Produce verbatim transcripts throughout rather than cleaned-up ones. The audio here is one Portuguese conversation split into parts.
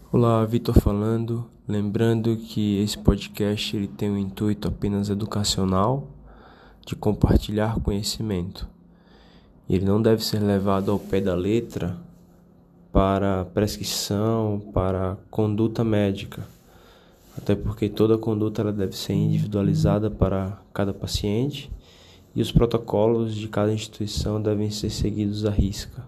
Olá, Vitor falando. Lembrando que esse podcast ele tem um intuito apenas educacional, de compartilhar conhecimento. Ele não deve ser levado ao pé da letra para prescrição, para conduta médica, até porque toda conduta ela deve ser individualizada para cada paciente e os protocolos de cada instituição devem ser seguidos à risca.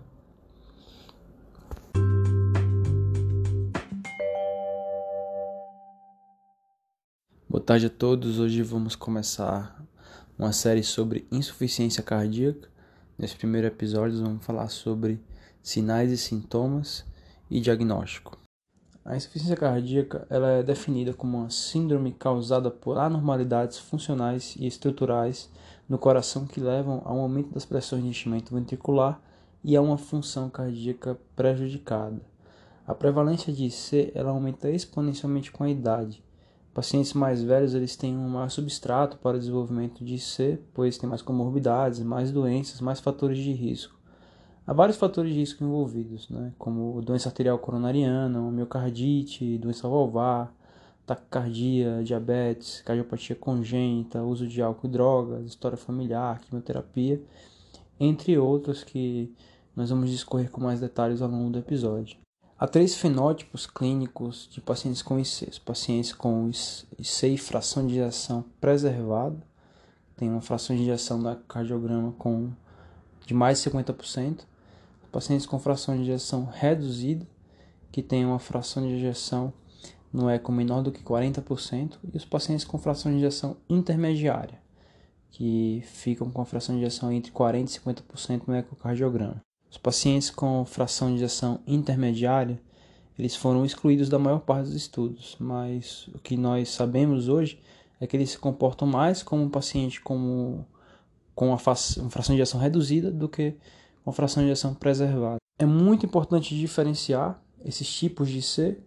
Boa tarde a todos. Hoje vamos começar uma série sobre insuficiência cardíaca. Nesse primeiro episódio vamos falar sobre sinais e sintomas e diagnóstico. A insuficiência cardíaca ela é definida como uma síndrome causada por anormalidades funcionais e estruturais no coração que levam a um aumento das pressões de enchimento ventricular e a uma função cardíaca prejudicada. A prevalência de I C ela aumenta exponencialmente com a idade. Pacientes mais velhos eles têm um maior substrato para o desenvolvimento de I C, pois têm mais comorbidades, mais doenças, mais fatores de risco. Há vários fatores de risco envolvidos, né, como doença arterial coronariana, miocardite, doença valvar, taquicardia, diabetes, cardiopatia congênita, uso de álcool e drogas, história familiar, quimioterapia, entre outros que nós vamos discorrer com mais detalhes ao longo do episódio. Há três fenótipos clínicos de pacientes com I C. Os pacientes com I C e fração de ejeção preservada, tem uma fração de ejeção da cardiograma com, de mais de cinquenta por cento. Os pacientes com fração de ejeção reduzida, que tem uma fração de ejeção no eco menor do que quarenta por cento. E os pacientes com fração de ejeção intermediária, que ficam com a fração de ejeção entre quarenta por cento e cinquenta por cento no ecocardiograma. Os pacientes com fração de ejeção intermediária, eles foram excluídos da maior parte dos estudos, mas o que nós sabemos hoje é que eles se comportam mais como um paciente como, com uma fração de ejeção reduzida do que uma fração de ejeção preservada. É muito importante diferenciar esses tipos de I C,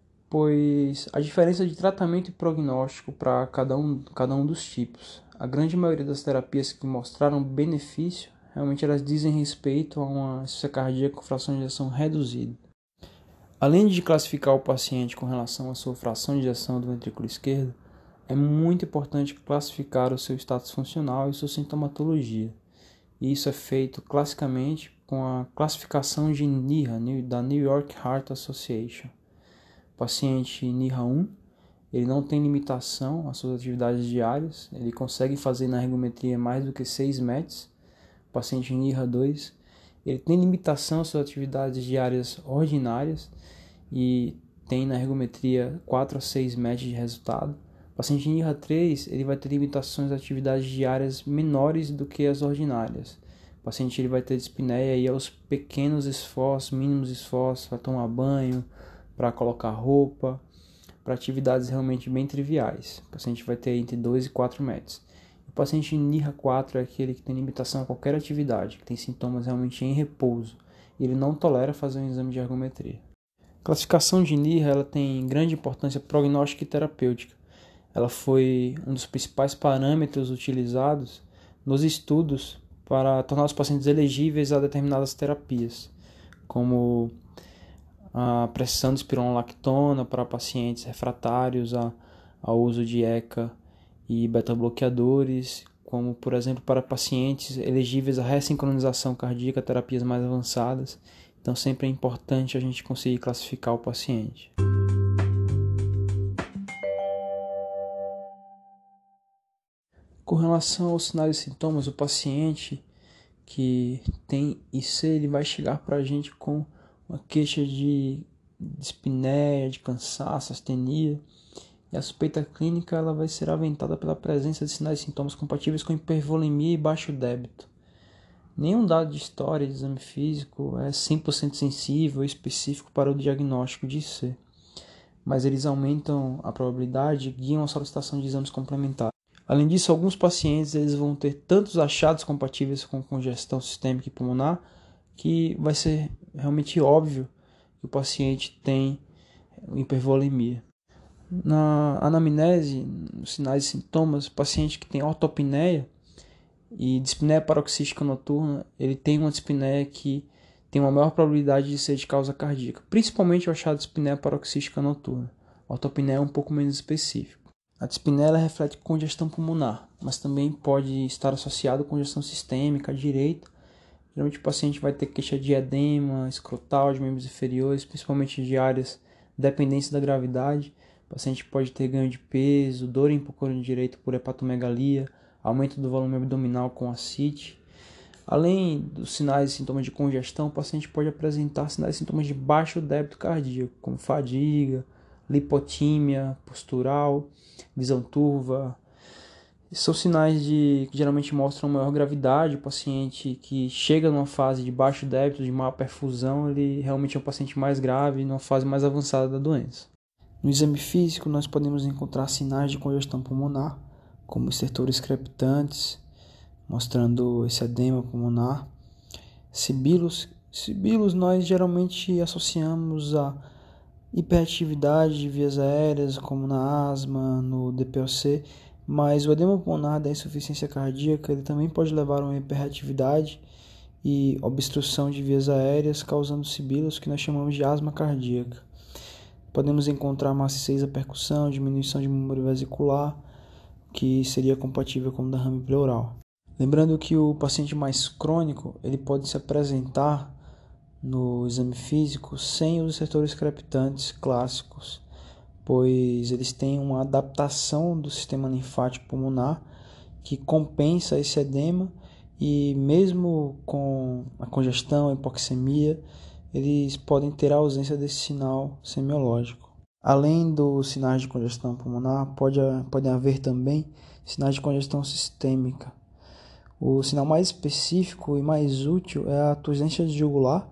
pois a diferença de tratamento e prognóstico para cada um, cada um dos tipos. A grande maioria das terapias que mostraram benefício realmente elas dizem respeito a uma insuficiência cardíaca com fração de ejeção reduzida. Além de classificar o paciente com relação à sua fração de ejeção do ventrículo esquerdo, é muito importante classificar o seu status funcional e sua sintomatologia. E isso é feito classicamente com a classificação de N I R A, da New York Heart Association. O paciente N I R A um, ele não tem limitação às suas atividades diárias, ele consegue fazer na ergometria mais do que seis metros. O paciente N I R A dois, ele tem limitação às suas atividades diárias ordinárias e tem na ergometria quatro a seis metros de resultado. O paciente N I R A três, ele vai ter limitações às atividades diárias menores do que as ordinárias. O paciente ele vai ter dispneia e aos pequenos esforços, mínimos esforços, para tomar banho, para colocar roupa, para atividades realmente bem triviais. O paciente vai ter entre dois e quatro metros. O paciente N I R A quatro é aquele que tem limitação a qualquer atividade, que tem sintomas realmente em repouso, e ele não tolera fazer um exame de ergometria. A classificação de N I R A ela tem grande importância prognóstica e terapêutica. Ela foi um dos principais parâmetros utilizados nos estudos para tornar os pacientes elegíveis a determinadas terapias, como a prescrição de espironolactona para pacientes refratários a, ao uso de E C A e beta-bloqueadores, como por exemplo para pacientes elegíveis à ressincronização cardíaca, terapias mais avançadas. Então sempre é importante a gente conseguir classificar o paciente. Com relação aos sinais e sintomas, o paciente que tem I C, ele vai chegar para a gente com uma queixa de dispneia, de cansaço, astenia. E a suspeita clínica ela vai ser aventada pela presença de sinais e sintomas compatíveis com hipervolemia e baixo débito. Nenhum dado de história de exame físico é cem por cento sensível e específico para o diagnóstico de I C, mas eles aumentam a probabilidade e guiam a solicitação de exames complementares. Além disso, alguns pacientes eles vão ter tantos achados compatíveis com congestão sistêmica e pulmonar que vai ser realmente óbvio que o paciente tem hipervolemia. Na anamnese, nos sinais e sintomas, o paciente que tem ortopneia e dispneia paroxística noturna, ele tem uma dispneia que tem uma maior probabilidade de ser de causa cardíaca, principalmente o achado de dispneia paroxística noturna. A ortopneia é um pouco menos específico. A dispneia ela reflete congestão pulmonar, mas também pode estar associado com congestão sistêmica à direita. Geralmente o paciente vai ter queixa de edema escrotal de membros inferiores, principalmente de áreas dependentes da gravidade. O paciente pode ter ganho de peso, dor em pulmão direito por hepatomegalia, aumento do volume abdominal com ascite. Além dos sinais e sintomas de congestão, o paciente pode apresentar sinais e sintomas de baixo débito cardíaco, como fadiga, lipotímia postural, visão turva. São sinais de, que geralmente mostram maior gravidade. O paciente que chega numa fase de baixo débito, de má perfusão, ele realmente é um paciente mais grave, numa fase mais avançada da doença. No exame físico, nós podemos encontrar sinais de congestão pulmonar, como estertores crepitantes, mostrando esse edema pulmonar. Sibilos, sibilos nós geralmente associamos a hiperatividade de vias aéreas, como na asma, no D P O C, mas o edema pulmonar da insuficiência cardíaca ele também pode levar a uma hiperatividade e obstrução de vias aéreas, causando sibilos, que nós chamamos de asma cardíaca. Podemos encontrar maciez da percussão, diminuição de memória vesicular, que seria compatível com derrame pleural. Lembrando que o paciente mais crônico ele pode se apresentar no exame físico sem os estertores crepitantes clássicos, pois eles têm uma adaptação do sistema linfático pulmonar que compensa esse edema, e mesmo com a congestão, a hipoxemia, eles podem ter a ausência desse sinal semiológico. Além dos sinais de congestão pulmonar, pode, podem haver também sinais de congestão sistêmica. O sinal mais específico e mais útil é a turgência jugular,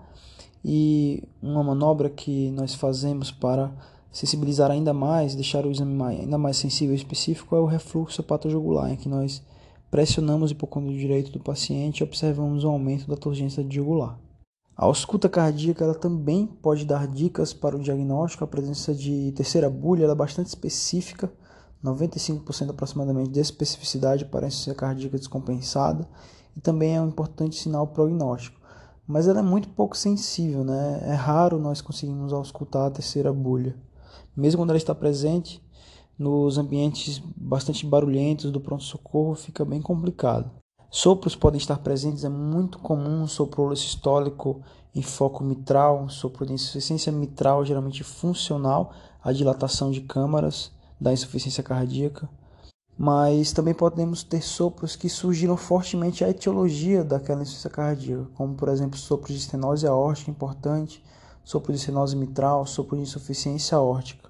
e uma manobra que nós fazemos para sensibilizar ainda mais, deixar o exame ainda mais sensível e específico, é o refluxo hepatojugular, em que nós pressionamos o hipocôndrio direito do paciente e observamos um aumento da turgência jugular. A ausculta cardíaca ela também pode dar dicas para o diagnóstico. A presença de terceira bulha ela é bastante específica, noventa e cinco por cento aproximadamente de especificidade para a insuficiência cardíaca descompensada, e também é um importante sinal prognóstico. Mas ela é muito pouco sensível, né? É raro nós conseguirmos auscultar a terceira bulha. Mesmo quando ela está presente, nos ambientes bastante barulhentos do pronto-socorro fica bem complicado. Sopros podem estar presentes, é muito comum um sopro holosistólico em foco mitral, um sopro de insuficiência mitral geralmente funcional, a dilatação de câmaras da insuficiência cardíaca. Mas também podemos ter sopros que surgiram fortemente a etiologia daquela insuficiência cardíaca, como por exemplo sopro de estenose aórtica importante, sopro de estenose mitral, sopro de insuficiência aórtica.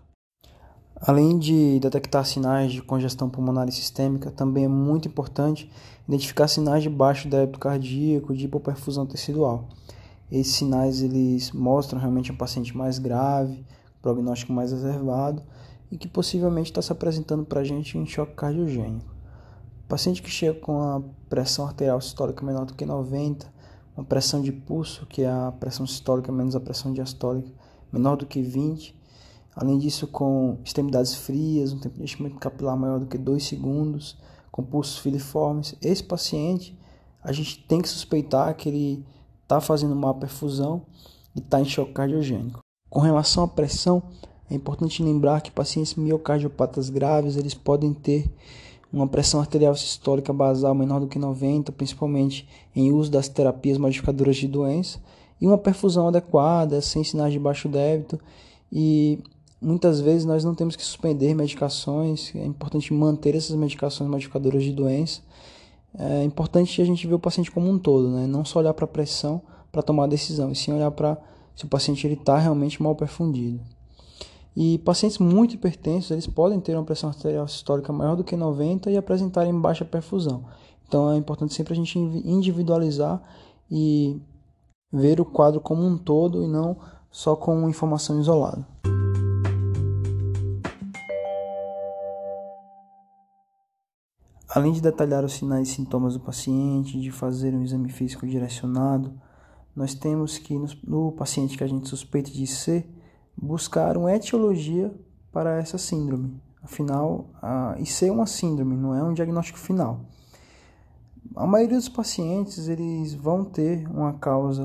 Além de detectar sinais de congestão pulmonar e sistêmica, também é muito importante identificar sinais de baixo débito cardíaco, de hipoperfusão tecidual. Esses sinais eles mostram realmente um paciente mais grave, prognóstico mais reservado, e que possivelmente está se apresentando para a gente em choque cardiogênico. O paciente que chega com a pressão arterial sistólica menor do que noventa, uma pressão de pulso, que é a pressão sistólica menos a pressão diastólica, menor do que vinte, além disso com extremidades frias, um tempo de enchimento capilar maior do que dois segundos, com pulsos filiformes, esse paciente a gente tem que suspeitar que ele está fazendo má perfusão e está em choque cardiogênico. Com relação à pressão, é importante lembrar que pacientes miocardiopatas graves eles podem ter uma pressão arterial sistólica basal menor do que noventa, principalmente em uso das terapias modificadoras de doença, e uma perfusão adequada, sem sinais de baixo débito, e muitas vezes nós não temos que suspender medicações, é importante manter essas medicações modificadoras de doença. É importante a gente ver o paciente como um todo, né? Não só olhar para a pressão para tomar a decisão, e sim olhar para se o paciente está realmente mal perfundido. E pacientes muito hipertensos, eles podem ter uma pressão arterial sistólica maior do que noventa e apresentarem baixa perfusão. Então é importante sempre a gente individualizar e ver o quadro como um todo e não só com informação isolada. Além de detalhar os sinais e sintomas do paciente, de fazer um exame físico direcionado, nós temos que, no, no paciente que a gente suspeita de ser, buscar uma etiologia para essa síndrome. Afinal, a I C é uma síndrome, não é um diagnóstico final. A maioria dos pacientes eles vão ter uma causa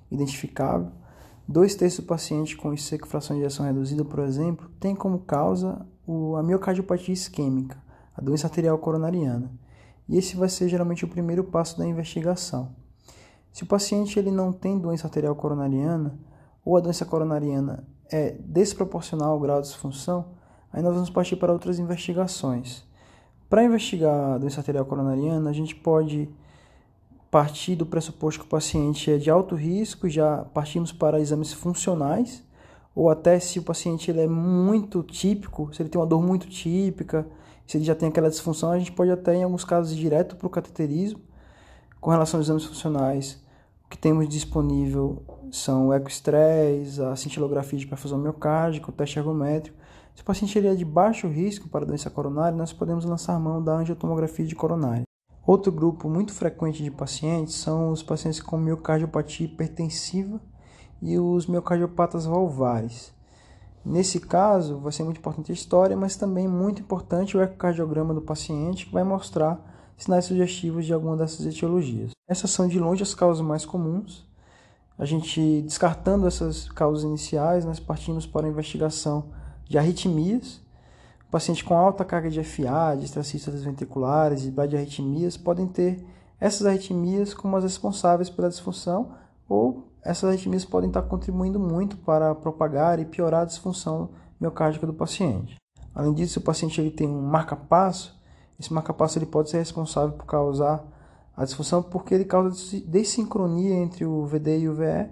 identificável. Dois terços do paciente com isquemia com fração de ejeção reduzida, por exemplo, tem como causa a miocardiopatia isquêmica, a doença arterial coronariana. E esse vai ser geralmente o primeiro passo da investigação. Se o paciente ele não tem doença arterial coronariana, ou a doença coronariana é desproporcional ao grau de disfunção, aí nós vamos partir para outras investigações. Para investigar a doença arterial coronariana, a gente pode partir do pressuposto que o paciente é de alto risco, já partimos para exames funcionais, ou até se o paciente ele é muito típico, se ele tem uma dor muito típica, se ele já tem aquela disfunção, a gente pode até, em alguns casos, ir direto para o cateterismo. Com relação aos exames funcionais, o que temos disponível são o ecoestresse, a cintilografia de perfusão miocárdica, o teste ergométrico. Se o paciente ele é de baixo risco para a doença coronária, nós podemos lançar mão da angiotomografia de coronária. Outro grupo muito frequente de pacientes são os pacientes com miocardiopatia hipertensiva e os miocardiopatas valvares. Nesse caso, vai ser muito importante a história, mas também muito importante o ecocardiograma do paciente, que vai mostrar sinais sugestivos de alguma dessas etiologias. Essas são de longe as causas mais comuns. A gente, descartando essas causas iniciais, nós partimos para a investigação de arritmias. O paciente com alta carga de F A, de extracístoles ventriculares e bradiarritmias podem ter essas arritmias como as responsáveis pela disfunção, ou essas arritmias podem estar contribuindo muito para propagar e piorar a disfunção miocárdica do paciente. Além disso, se o paciente ele tem um marca-passo, esse marca-passo ele pode ser responsável por causar a disfunção porque ele causa dessincronia entre o V D e o V E,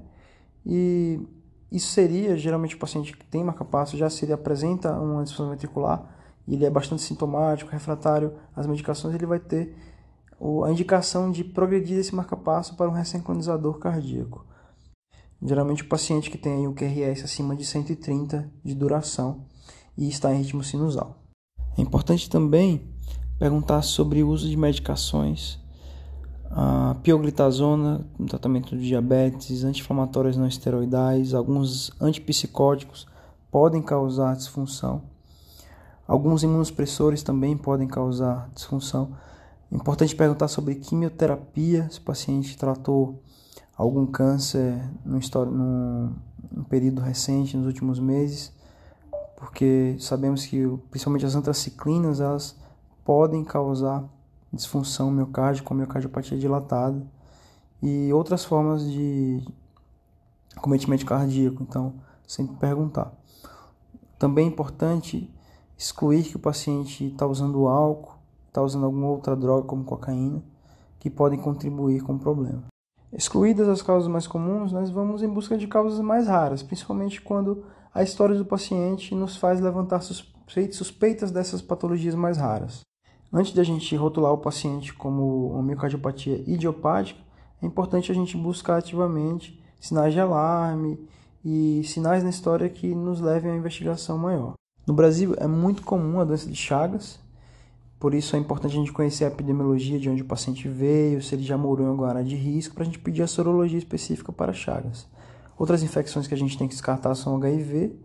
e isso seria, geralmente o paciente que tem marca-passo, já se ele apresenta uma disfunção ventricular e ele é bastante sintomático, refratário às medicações, ele vai ter a indicação de progredir esse marca-passo para um ressincronizador cardíaco. Geralmente o paciente que tem aí o Q R S acima de cento e trinta de duração e está em ritmo sinusal. É importante também perguntar sobre o uso de medicações, a pioglitazona no tratamento de diabetes, anti-inflamatórios não esteroidais, alguns antipsicóticos podem causar disfunção. Alguns imunossupressores também podem causar disfunção. É importante perguntar sobre quimioterapia, se o paciente tratou algum câncer num, num, num período recente, nos últimos meses, porque sabemos que principalmente as antraciclinas elas podem causar disfunção miocárdica com miocardiopatia dilatada e outras formas de cometimento cardíaco, então sempre perguntar. Também é importante excluir que o paciente está usando álcool, está usando alguma outra droga como cocaína, que podem contribuir com o problema. Excluídas as causas mais comuns, nós vamos em busca de causas mais raras, principalmente quando a história do paciente nos faz levantar suspeitas dessas patologias mais raras. Antes de a gente rotular o paciente como uma miocardiopatia idiopática, é importante a gente buscar ativamente sinais de alarme e sinais na história que nos levem a uma investigação maior. No Brasil é muito comum a doença de Chagas, por isso é importante a gente conhecer a epidemiologia de onde o paciente veio, se ele já morou em alguma área de risco, para a gente pedir a sorologia específica para Chagas. Outras infecções que a gente tem que descartar são o H I V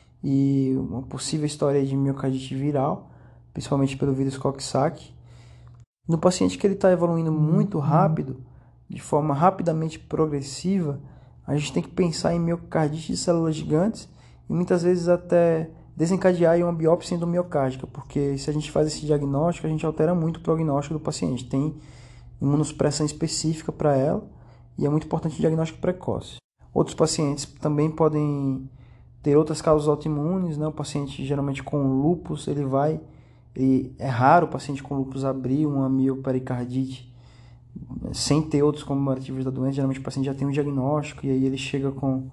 e uma possível história de miocardite viral, principalmente pelo vírus Coxsackie. No paciente que ele está evoluindo muito rápido, de forma rapidamente progressiva, a gente tem que pensar em miocardite de células gigantes e muitas vezes até desencadear uma biópsia endomiocárdica, porque se a gente faz esse diagnóstico, a gente altera muito o prognóstico do paciente. Tem imunossupressão específica para ela e é muito importante o diagnóstico precoce. Outros pacientes também podem ter outras causas autoimunes, né? O paciente geralmente com lúpus, ele vai, ele, é raro o paciente com lúpus abrir uma miopericardite sem ter outros comemorativos da doença. Geralmente o paciente já tem um diagnóstico e aí ele chega com,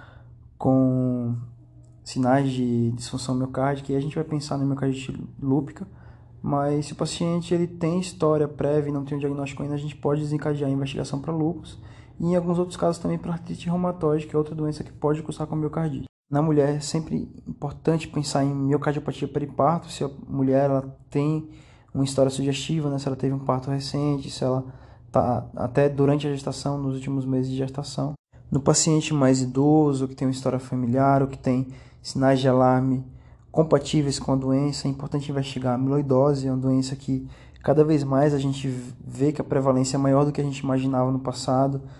com sinais de disfunção miocárdica e a gente vai pensar na miocardite lúpica, mas se o paciente ele tem história prévia e não tem um diagnóstico ainda, a gente pode desencadear a investigação para lúpus e em alguns outros casos também para artrite reumatoide, que é outra doença que pode cursar com miocardite. Na mulher é sempre importante pensar em miocardiopatia periparto, se a mulher ela tem uma história sugestiva, né, se ela teve um parto recente, se ela está até durante a gestação, nos últimos meses de gestação. No paciente mais idoso, que tem uma história familiar, ou que tem sinais de alarme compatíveis com a doença, é importante investigar a amiloidose, é uma doença que cada vez mais a gente vê que a prevalência é maior do que a gente imaginava no passado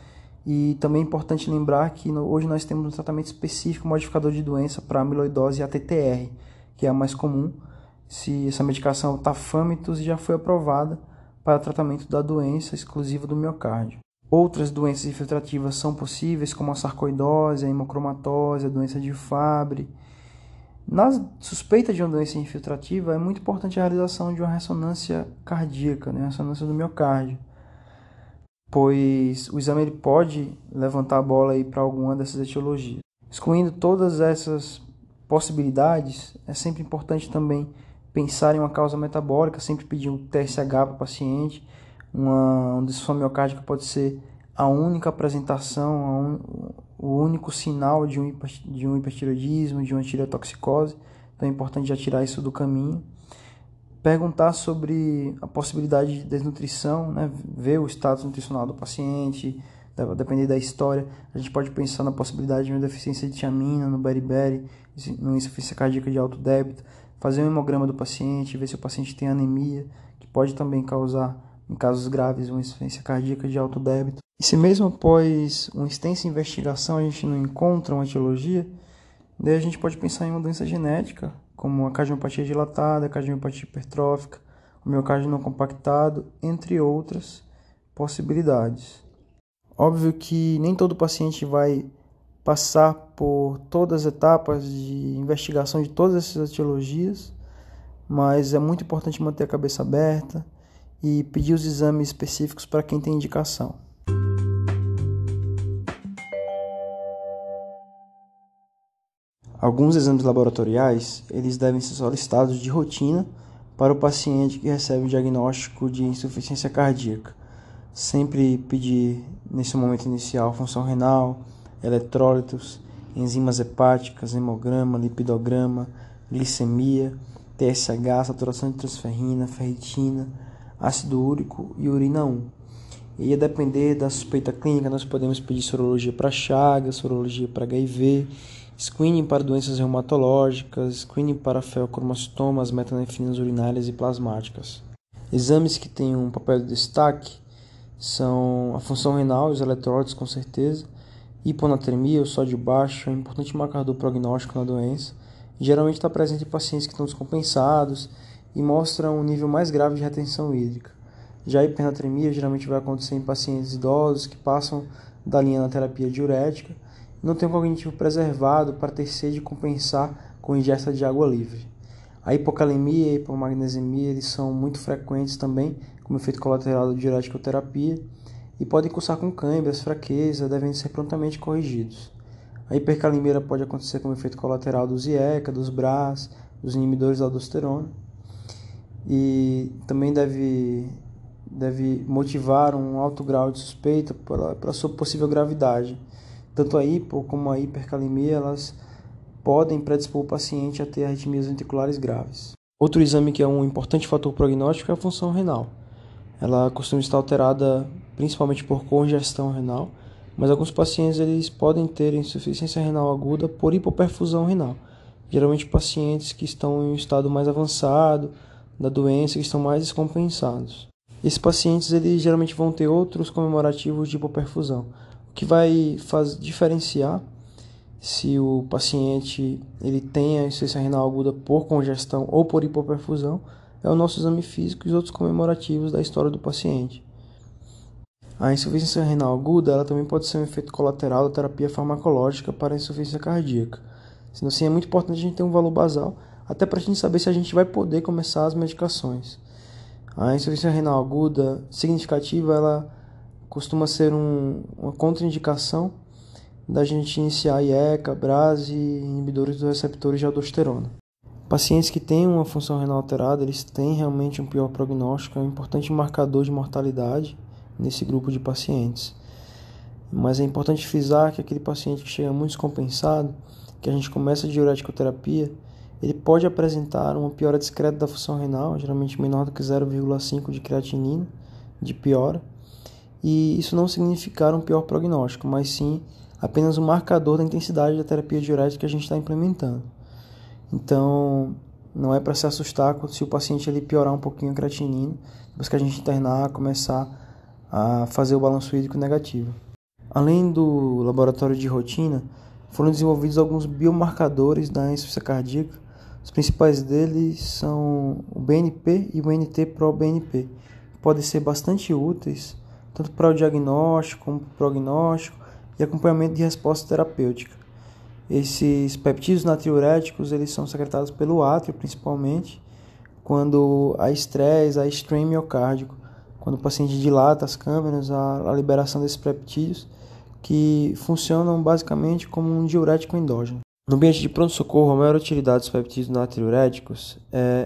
E também é importante lembrar que hoje nós temos um tratamento específico modificador de doença para amiloidose e A T T R, que é a mais comum. Se essa medicação é o tafamidis e já foi aprovada para tratamento da doença exclusiva do miocárdio. Outras doenças infiltrativas são possíveis, como a sarcoidose, a hemocromatose, a doença de Fabry. Na suspeita de uma doença infiltrativa, é muito importante a realização de uma ressonância cardíaca, né? A ressonância do miocárdio, pois o exame ele pode levantar a bola para alguma dessas etiologias. Excluindo todas essas possibilidades, é sempre importante também pensar em uma causa metabólica, sempre pedir um T S H para o paciente. Uma, uma disfunção miocárdica pode ser a única apresentação, a un, o único sinal de um, de um hipertireoidismo, de uma tireotoxicose. Então é importante já tirar isso do caminho. Perguntar sobre a possibilidade de desnutrição, né? Ver o status nutricional do paciente, depender da história. A gente pode pensar na possibilidade de uma deficiência de tiamina no beriberi, numa insuficiência cardíaca de alto débito. Fazer um hemograma do paciente, ver se o paciente tem anemia, que pode também causar, em casos graves, uma insuficiência cardíaca de alto débito. E se mesmo após uma extensa investigação a gente não encontra uma etiologia, daí a gente pode pensar em uma doença genética, como a cardiomiopatia dilatada, a cardiomiopatia hipertrófica, o miocárdio não compactado, entre outras possibilidades. Óbvio que nem todo paciente vai passar por todas as etapas de investigação de todas essas etiologias, mas é muito importante manter a cabeça aberta e pedir os exames específicos para quem tem indicação. Alguns exames laboratoriais, eles devem ser solicitados de rotina para o paciente que recebe o diagnóstico de insuficiência cardíaca. Sempre pedir, nesse momento inicial, função renal, eletrólitos, enzimas hepáticas, hemograma, lipidograma, glicemia, T S H, saturação de transferrina, ferritina, ácido úrico e urina um. E a depender da suspeita clínica, nós podemos pedir sorologia para Chagas, sorologia para H I V, screening para doenças reumatológicas, screening para feocromostomas, metanefrinas urinárias e plasmáticas. Exames que têm um papel de destaque são a função renal e os eletrólitos, com certeza, hiponatremia, o sódio baixo, é um importante marcador prognóstico na doença. Geralmente está presente em pacientes que estão descompensados e mostra um nível mais grave de retenção hídrica. Já a hipernatremia geralmente vai acontecer em pacientes idosos que passam da linha na terapia diurética e não tem um cognitivo preservado para ter sede e compensar com ingesta de água livre. A hipocalemia e a hipomagnesemia eles são muito frequentes também como efeito colateral da diureticoterapia e podem cursar com câimbras, fraqueza, devendo ser prontamente corrigidos. A hipercalemia pode acontecer como efeito colateral dos I E C A, dos B R A S, dos inibidores da aldosterona, e também deve, deve motivar um alto grau de suspeita para sua possível gravidade. Tanto a hipo como a hipercalemia elas podem predispor o paciente a ter arritmias ventriculares graves. Outro exame que é um importante fator prognóstico é a função renal. Ela costuma estar alterada principalmente por congestão renal, mas alguns pacientes eles podem ter insuficiência renal aguda por hipoperfusão renal. Geralmente pacientes que estão em um estado mais avançado da doença, que estão mais descompensados. Esses pacientes eles geralmente vão ter outros comemorativos de hipoperfusão, o que vai faz, diferenciar se o paciente ele tem a insuficiência renal aguda por congestão ou por hipoperfusão, é o nosso exame físico e os outros comemorativos da história do paciente. A insuficiência renal aguda ela também pode ser um efeito colateral da terapia farmacológica para a insuficiência cardíaca. Sendo assim, é muito importante a gente ter um valor basal, até para a gente saber se a gente vai poder começar as medicações. A insuficiência renal aguda significativa ela costuma ser um, uma contraindicação da gente iniciar I E C A, B R A S e inibidores dos receptores de aldosterona. Pacientes que têm uma função renal alterada, eles têm realmente um pior prognóstico, é um importante marcador de mortalidade nesse grupo de pacientes. Mas é importante frisar que aquele paciente que chega muito descompensado, que a gente começa a diureticoterapia, ele pode apresentar uma piora discreta da função renal, geralmente menor do que zero vírgula cinco de creatinina, de piora, e isso não significar um pior prognóstico, mas sim apenas um marcador da intensidade da terapia diurética que a gente está implementando. Então, não é para se assustar se o paciente ele piorar um pouquinho a creatinina, depois que a gente internar, começar a fazer o balanço hídrico negativo. Além do laboratório de rotina, foram desenvolvidos alguns biomarcadores da insuficiência cardíaca. Os principais deles são o B N P e o N T-pro B N P, que podem ser bastante úteis tanto para o diagnóstico como para o prognóstico e acompanhamento de resposta terapêutica. Esses peptídeos natriuréticos eles são secretados pelo átrio, principalmente, quando há estresse, há strain miocárdico, quando o paciente dilata as câmeras, há a liberação desses peptídeos, que funcionam basicamente como um diurético endógeno. No ambiente de pronto-socorro, a maior utilidade dos peptídeos natriuréticos é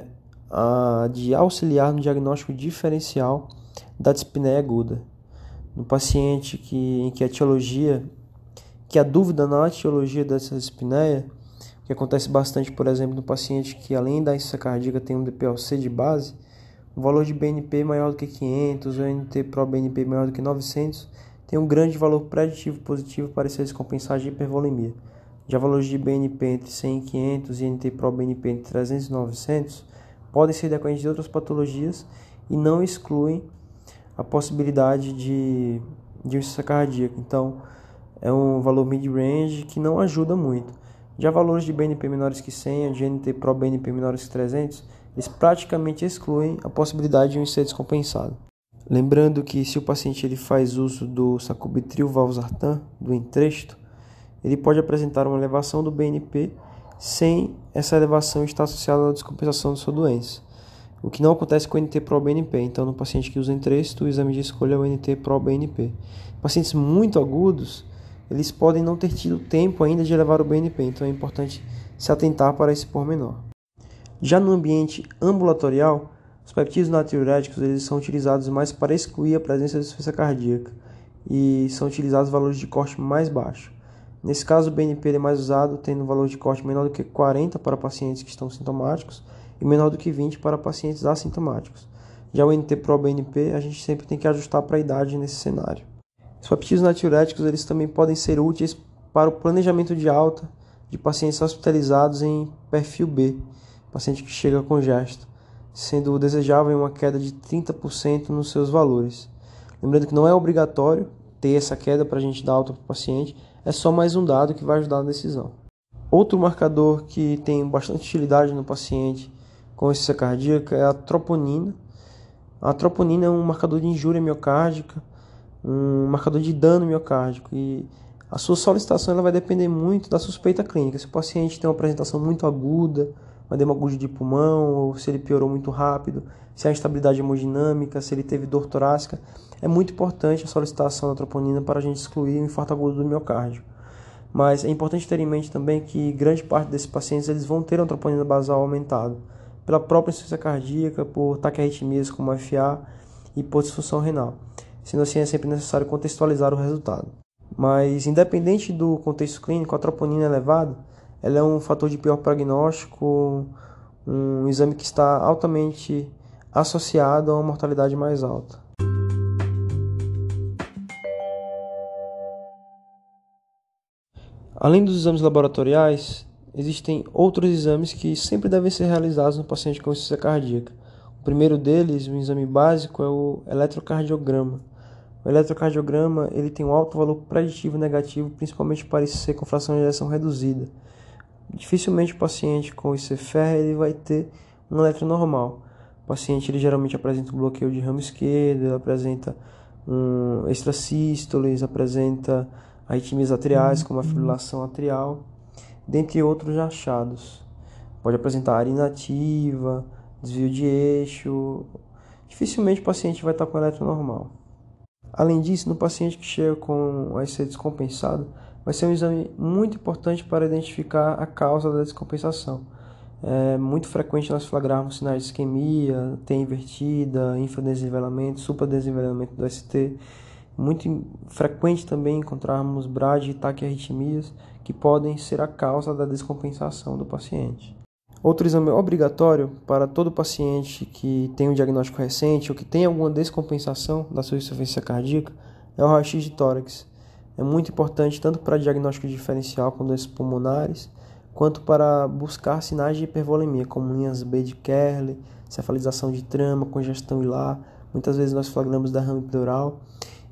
a de auxiliar no diagnóstico diferencial da dispneia aguda. No paciente que, em que a etiologia, que a dúvida na etiologia dessa dispneia, que acontece bastante, por exemplo, no paciente que além da insuficiência cardíaca tem um D P O C de base, um valor de B N P maior do que quinhentos, o N T-pro-B N P maior do que novecentos, tem um grande valor preditivo positivo para ser descompensado de hipervolemia. Já valores de B N P entre cem e quinhentos e N T-pro-B N P entre trezentos e novecentos podem ser decorrentes de outras patologias e não excluem a possibilidade de, de insuficiência cardíaca. Então, é um valor mid-range que não ajuda muito. Já valores de B N P menores que cem, de N T-pro-B N P menores que trezentos, eles praticamente excluem a possibilidade de um I C descompensado. Lembrando que se o paciente ele faz uso do sacubitril valsartan, do Entresto, ele pode apresentar uma elevação do B N P sem essa elevação estar associada à descompensação da sua doença, o que não acontece com o N T-pro-B N P. Então, no paciente que usa Entresto, o exame de escolha é o N T-pro-B N P. Pacientes muito agudos, eles podem não ter tido tempo ainda de elevar o B N P, então é importante se atentar para esse pormenor. Já no ambiente ambulatorial, os peptídeos natriuréticos eles são utilizados mais para excluir a presença de insuficiência cardíaca e são utilizados valores de corte mais baixos. Nesse caso, o B N P é mais usado, tendo um valor de corte menor do que quarenta para pacientes que estão sintomáticos e menor do que vinte para pacientes assintomáticos. Já o N T-pro-B N P, a gente sempre tem que ajustar para a idade nesse cenário. Os peptídeos natriuréticos eles também podem ser úteis para o planejamento de alta de pacientes hospitalizados em perfil B, paciente que chega com gesto, sendo desejável uma queda de trinta por cento nos seus valores. Lembrando que não é obrigatório ter essa queda para a gente dar alta para o paciente, é só mais um dado que vai ajudar na decisão. Outro marcador que tem bastante utilidade no paciente com insuficiência cardíaca é a troponina. A troponina é um marcador de injúria miocárdica, um marcador de dano miocárdico, e a sua solicitação ela vai depender muito da suspeita clínica. Se o paciente tem uma apresentação muito aguda, uma edema agudo de pulmão, ou se ele piorou muito rápido, se há instabilidade hemodinâmica, se ele teve dor torácica, é muito importante a solicitação da troponina para a gente excluir o infarto agudo do miocárdio. Mas é importante ter em mente também que grande parte desses pacientes eles vão ter uma troponina basal aumentada pela própria insuficiência cardíaca, por taquiarritmias como F A e por disfunção renal. Sendo assim, é sempre necessário contextualizar o resultado. Mas, independente do contexto clínico, a troponina elevada ela é um fator de pior prognóstico, um exame que está altamente associado a uma mortalidade mais alta. Além dos exames laboratoriais, existem outros exames que sempre devem ser realizados no paciente com insuficiência cardíaca. O primeiro deles, um exame básico, é o eletrocardiograma. O eletrocardiograma ele tem um alto valor preditivo negativo, principalmente para I C com fração de ejeção reduzida. Dificilmente o paciente com I C F E R ele vai ter um eletro normal. O paciente ele geralmente apresenta um bloqueio de ramo esquerdo, ele apresenta um extrasístoles, apresenta arritmias atriais, como a fibrilação atrial, dentre outros achados. Pode apresentar área inativa, desvio de eixo. Dificilmente o paciente vai estar com eletro normal. Além disso, no paciente que chega com I C descompensado, vai ser um exame muito importante para identificar a causa da descompensação. É muito frequente nós flagrarmos sinais de isquemia, T invertida, infradesnivelamento, supradesnivelamento do S T. Muito frequente também encontrarmos brad e taquiarritmias que podem ser a causa da descompensação do paciente. Outro exame obrigatório para todo paciente que tem um diagnóstico recente ou que tem alguma descompensação da sua insuficiência cardíaca é o raio-x de tórax. É muito importante tanto para diagnóstico diferencial com doenças pulmonares, quanto para buscar sinais de hipervolemia, como linhas B de Kerley, cefalização de trama, congestão hilar. Muitas vezes nós flagramos derrame pleural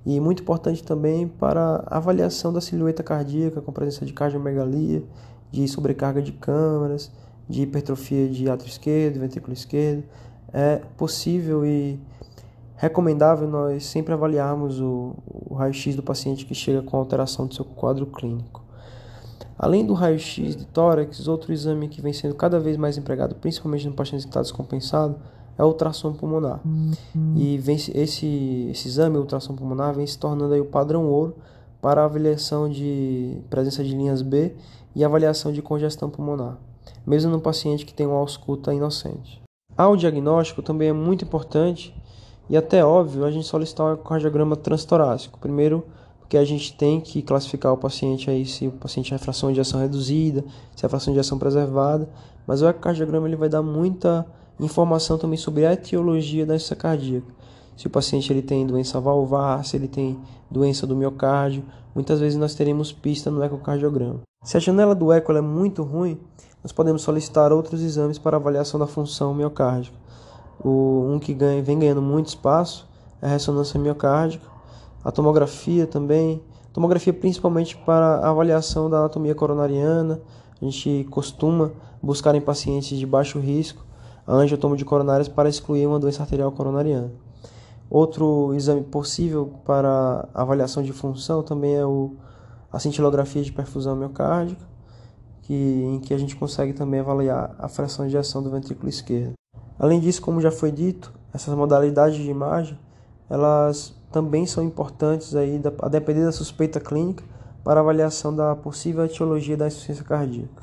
e muito importante também para a avaliação da silhueta cardíaca com presença de cardiomegalia, de sobrecarga de câmaras, de hipertrofia de átrio esquerdo, ventrículo esquerdo. É possível e recomendável nós sempre avaliarmos o, o raio-x do paciente que chega com alteração do seu quadro clínico. Além do raio-x de tórax, outro exame que vem sendo cada vez mais empregado, principalmente no paciente que está descompensado, é o ultrassom pulmonar. E vem, esse, esse exame, o ultrassom pulmonar, vem se tornando aí o padrão ouro para a avaliação de presença de linhas B e avaliação de congestão pulmonar, mesmo no paciente que tem uma ausculta inocente. Ao diagnóstico também é muito importante e até óbvio a gente solicitar um ecocardiograma transtorácico. Primeiro, porque a gente tem que classificar o paciente aí se o paciente é fração de ejeção reduzida, se é fração de ejeção preservada, mas o ecocardiograma ele vai dar muita informação também sobre a etiologia da insuficiência cardíaca. Se o paciente ele tem doença valvar, se ele tem doença do miocárdio, muitas vezes nós teremos pista no ecocardiograma. Se a janela do eco é muito ruim, nós podemos solicitar outros exames para avaliação da função miocárdica. O, um que ganha, vem ganhando muito espaço é a ressonância miocárdica, a tomografia também, tomografia principalmente para a avaliação da anatomia coronariana. A gente costuma buscar em pacientes de baixo risco a angiotomo de coronárias para excluir uma doença arterial coronariana. Outro exame possível para avaliação de função também é o, a cintilografia de perfusão miocárdica, que, em que a gente consegue também avaliar a fração de ejeção do ventrículo esquerdo. Além disso, como já foi dito, essas modalidades de imagem, elas também são importantes aí, a depender da suspeita clínica, para avaliação da possível etiologia da insuficiência cardíaca.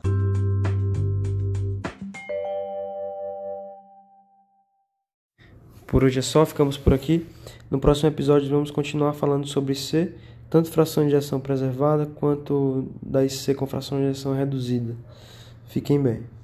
Por hoje é só, ficamos por aqui. No próximo episódio vamos continuar falando sobre I C, tanto fração de ejeção preservada quanto da I C com fração de ejeção reduzida. Fiquem bem.